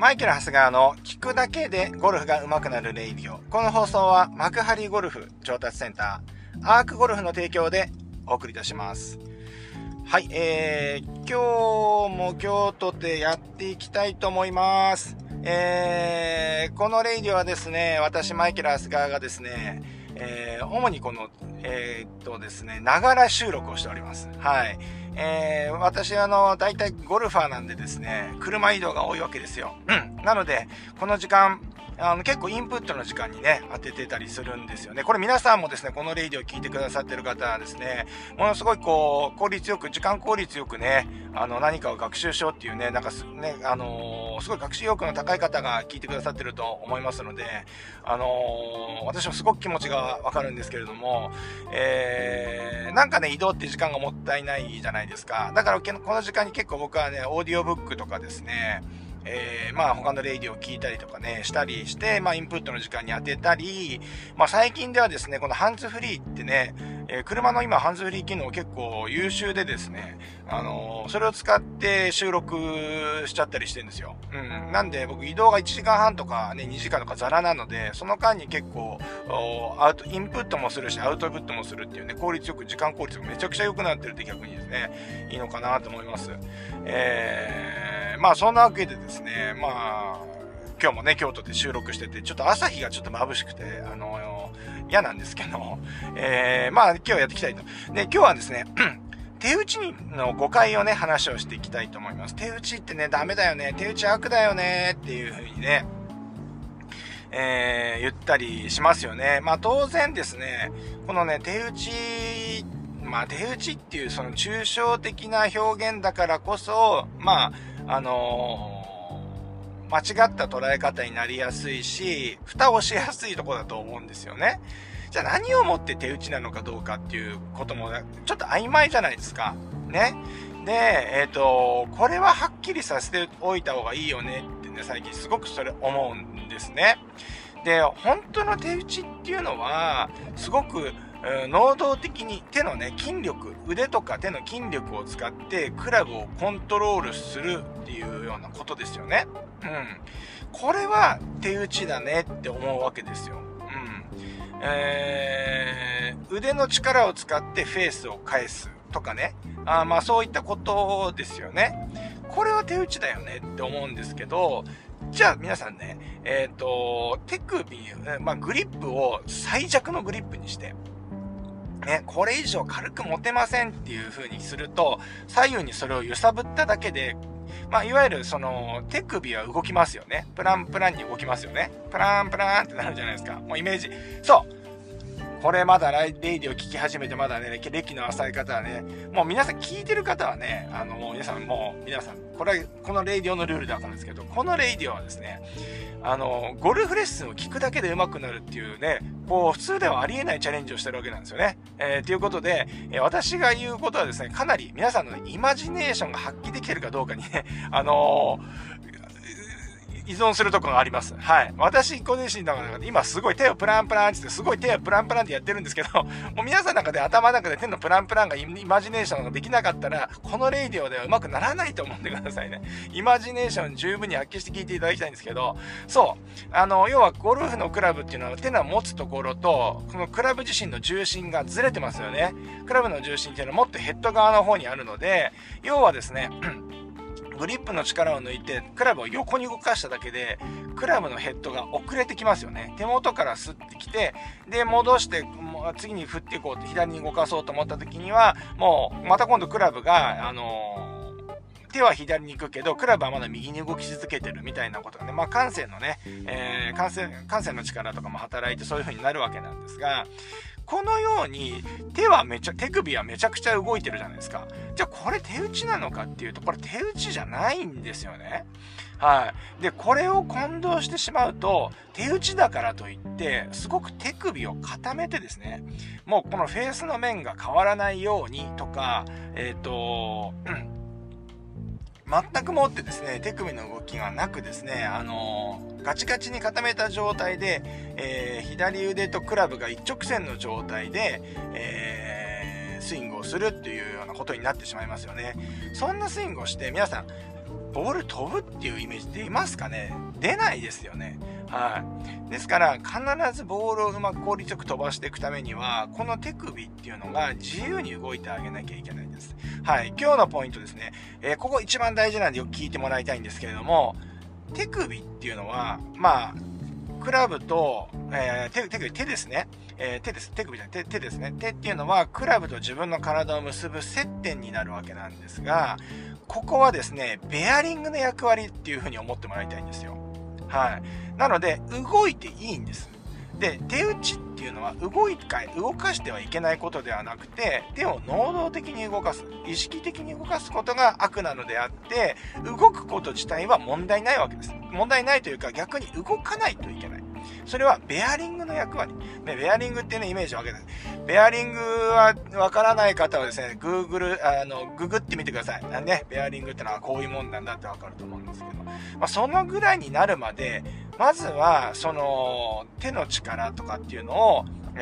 マイケル・ハスガーの聞くだけでゴルフが上手くなるレイディオ。この放送は幕張ゴルフ上達センター、アークゴルフの提供でお送りいたします。はい、今日も京都でやっていきたいと思います。このレイディオはですね、私マイケル・ハスガーがですね、主にこの、ですね、ながら収録をしております。はい。私大体ゴルファーなんでですね、車移動が多いわけですよ。なので、この時間、結構インプットの時間にね、当ててたりするんですよね。これ皆さんもですね、このレイディを聞いてくださってる方はですね、ものすごいこう、時間効率よくね、何かを学習しようっていうね、なんかすごい学習意欲の高い方が聞いてくださってると思いますので、私もすごく気持ちがわかるんですけれども、なんかね、移動って時間がもったいないじゃないですか。だからこの時間に結構僕はね、オーディオブックとかですね、他のレイディを聞いたりとかね、したりして、インプットの時間に当てたり、最近ではですね、このハンズフリーってね、車の今ハンズフリー機能結構優秀でですね、それを使って収録しちゃったりしてるんですよ。なんで僕移動が1時間半とかね、2時間とかザラなので、その間に結構、インプットもするし、アウトプットもするっていうね、時間効率がめちゃくちゃ良くなってるって逆にですね、いいのかなと思います。そんなわけでですね、今日もね、京都で収録してて、ちょっと朝日がちょっと眩しくて、嫌なんですけど、今日やっていきたいと。で、今日はですね、手打ちの誤解をね、話をしていきたいと思います。手打ちってね、ダメだよね、手打ち悪だよね、っていう風にね、言ったりしますよね。当然ですね、このね、手打ちっていうその抽象的な表現だからこそ、間違った捉え方になりやすいし、蓋をしやすいところだと思うんですよね。じゃあ何をもって手打ちなのかどうかっていうこともちょっと曖昧じゃないですか。ね。で、これははっきりさせておいた方がいいよねってね、最近すごくそれ思うんですね。で、本当の手打ちっていうのは、すごく能動的に手のね、筋力、腕とか手の筋力を使ってクラブをコントロールするっていうようなことですよね。これは手打ちだねって思うわけですよ。腕の力を使ってフェースを返すとかね。そういったことですよね。これは手打ちだよねって思うんですけど、じゃあ皆さんね、手首、グリップを最弱のグリップにして、ね、これ以上軽く持てませんっていう風にすると、左右にそれを揺さぶっただけで、いわゆるその手首は動きますよね。プランプランに動きますよね。プランプランってなるじゃないですか。もうイメージ。そう。これまだレイディを聞き始めてまだね、歴の浅い方はね、もう皆さん聞いてる方はね、皆さん、このレイディオのルールだったんですけど、このレイディオはですね、ゴルフレッスンを聞くだけで上手くなるっていうね、普通ではありえないチャレンジをしてるわけなんですよね。ということで、私が言うことはですね、かなり皆さんの、イマジネーションが発揮できてるかどうかにね、依存するところがあります。はい。私、ご自身の中で今すごい手をプランプランって、すごい手をプランプランってやってるんですけど、もう皆さんの中で頭の中で手のプランプランがイマジネーションができなかったら、このレイディオではうまくならないと思ってくださいね。イマジネーション十分に発揮して聞いていただきたいんですけど、そう。要はゴルフのクラブっていうのは手の持つところと、このクラブ自身の重心がずれてますよね。クラブの重心っていうのはもっとヘッド側の方にあるので、要はですね、グリップの力を抜いてクラブを横に動かしただけでクラブのヘッドが遅れてきますよね。手元からスッてきて、で戻して次に振っていこうって左に動かそうと思った時にはもうまた今度クラブが手は左に行くけどクラブはまだ右に動き続けてるみたいなことがね、感性のね、感性の力とかも働いてそういう風になるわけなんですが、このように手首はめちゃくちゃ動いてるじゃないですか。じゃあこれ手打ちなのかっていうと、これ手打ちじゃないんですよね。はい。で、これを混同してしまうと、手打ちだからといって、すごく手首を固めてですね、もうこのフェースの面が変わらないようにとか、全くもってですね、手首の動きがなくですね、ガチガチに固めた状態で、左腕とクラブが一直線の状態で、 スイングをするっていうようなことになってしまいますよね。そんなスイングをして皆さんボール飛ぶっていうイメージ出ますかね？出ないですよね。はい。ですから必ずボールをうまく効率よく飛ばしていくためにはこの手首っていうのが自由に動いてあげなきゃいけないんです。はい。今日のポイントですね。ここ一番大事なんでよく聞いてもらいたいんですけれども、手首っていうのはクラブと、手ですね。手です。手首じゃない。手ですね。手っていうのはクラブと自分の体を結ぶ接点になるわけなんですが、ここはですね、ベアリングの役割っていう風に思ってもらいたいんですよ。はい。なので、動いていいんです。で、手打ちっていうのは動かしてはいけないことではなくて、手を能動的に動かす、意識的に動かすことが悪なのであって、動くこと自体は問題ないわけです。問題ないというか逆に動かないといけない。それはベアリングの役割。ね、ベアリングってね、イメージを分けて、ベアリングはわからない方はですね、ググってみてください。ね、ベアリングってのはこういうもんなんだってわかると思うんですけど、そのぐらいになるまで、まずは、その、手の力とかっていうのを、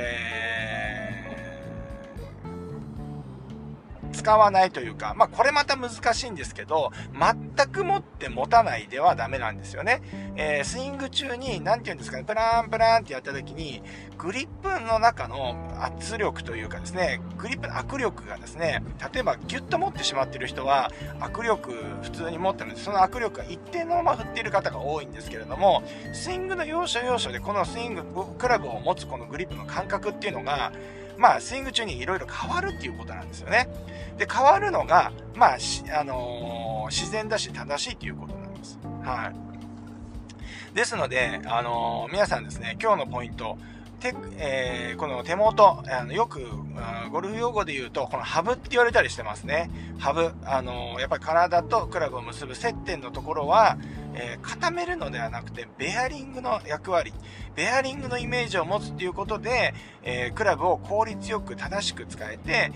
使わないというか、これまた難しいんですけど、全く持って持たないではダメなんですよね。スイング中に、なんて言うんですかね、プラーンプラーンってやった時に、グリップの中の圧力というかですね、グリップの握力がですね、例えばギュッと持ってしまっている人は、握力普通に持ってるので、その握力が一定のまま振っている方が多いんですけれども、スイングの要所要所でこのスイング、クラブを持つこのグリップの感覚っていうのが、スイング中にいろいろ変わるっていうことなんですよね。で、変わるのが、自然だし正しいということなんです。はい。ですので、皆さんですね、今日のポイント、この手元、よく、ゴルフ用語で言うと、このハブって言われたりしてますね。ハブ。やっぱり体とクラブを結ぶ接点のところは、固めるのではなくて、ベアリングの役割、ベアリングのイメージを持つっていうことで、クラブを効率よく正しく使えて、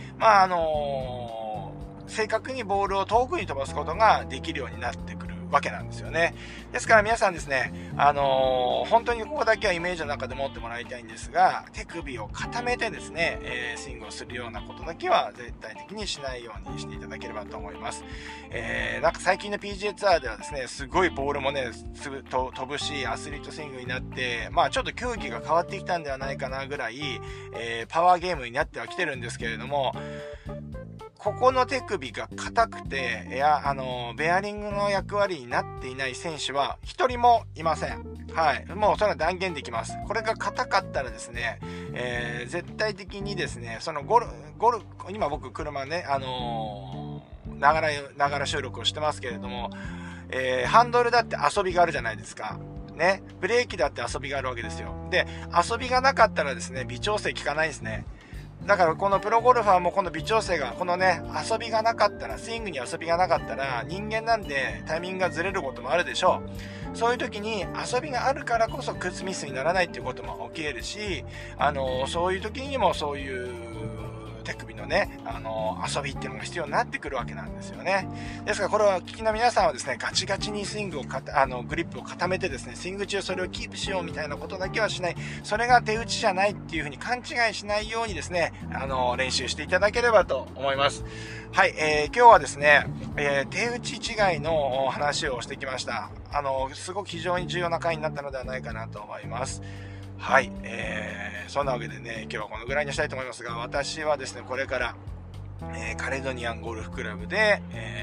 正確にボールを遠くに飛ばすことができるようになってくるわけなんですよね。ですから皆さんですね、本当にここだけはイメージの中で持ってもらいたいんですが、手首を固めてですね、スイングをするようなことだけは絶対的にしないようにしていただければと思います。なんか最近の PGA ツアーではですね、すごいボールもね、飛ぶし、アスリートスイングになって、ちょっと競技が変わってきたんではないかなぐらい、パワーゲームになってはきてるんですけれども、ここの手首が硬くて、ベアリングの役割になっていない選手は一人もいません。はい。もうそれは断言できます。これが硬かったらですね、絶対的にですね、その今僕車ね、ながら収録をしてますけれども、ハンドルだって遊びがあるじゃないですか。ね。ブレーキだって遊びがあるわけですよ。で、遊びがなかったらですね、微調整効かないんですね。だからこのプロゴルファーもこの微調整が、このね、遊びがなかったら、スイングに遊びがなかったら、人間なんでタイミングがずれることもあるでしょう。そういう時に遊びがあるからこそミスにならないっていうことも起きるし、そういう時にもそういう手首のね、遊びっていうのが必要になってくるわけなんですよね。ですからこれは聞きの皆さんはですね、ガチガチにスイングをグリップを固めてですね、スイング中それをキープしようみたいなことだけはしない。それが手打ちじゃないっていうふうに勘違いしないようにですね、練習していただければと思います。はい、今日はですね、手打ち違いの話をしてきました。すごく非常に重要な回になったのではないかなと思います。はい、そんなわけでね、今日はこのぐらいにしたいと思いますが、私はですね、これから、カレドニアンゴルフクラブで、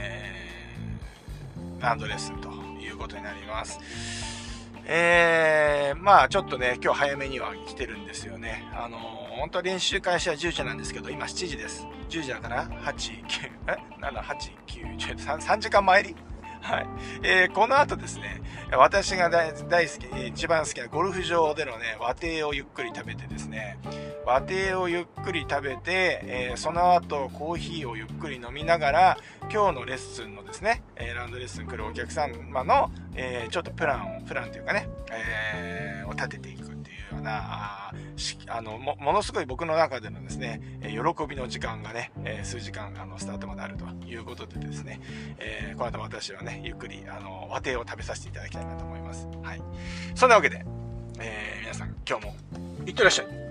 ラウンドレッスンということになります。ちょっとね、今日早めには来てるんですよね。本当は練習開始は10時なんですけど、今7時です。10時だから、8、9、7、8、9、10、3時間前り。はい。この後ですね、私が大好き、一番好きなゴルフ場でのね、和亭をゆっくり食べてですね、和亭をゆっくり食べて、その後コーヒーをゆっくり飲みながら、今日のレッスンのですね、ラウンドレッスン来るお客様の、ちょっとプランというかね、を立てていくっていうような、ものすごい僕の中でのですね、喜びの時間がね、数時間スタートまであるということでですね、この後私はね、ゆっくり和亭を食べさせていただきたいなと思います。はい。そんなわけで、皆さん今日もいってらっしゃい。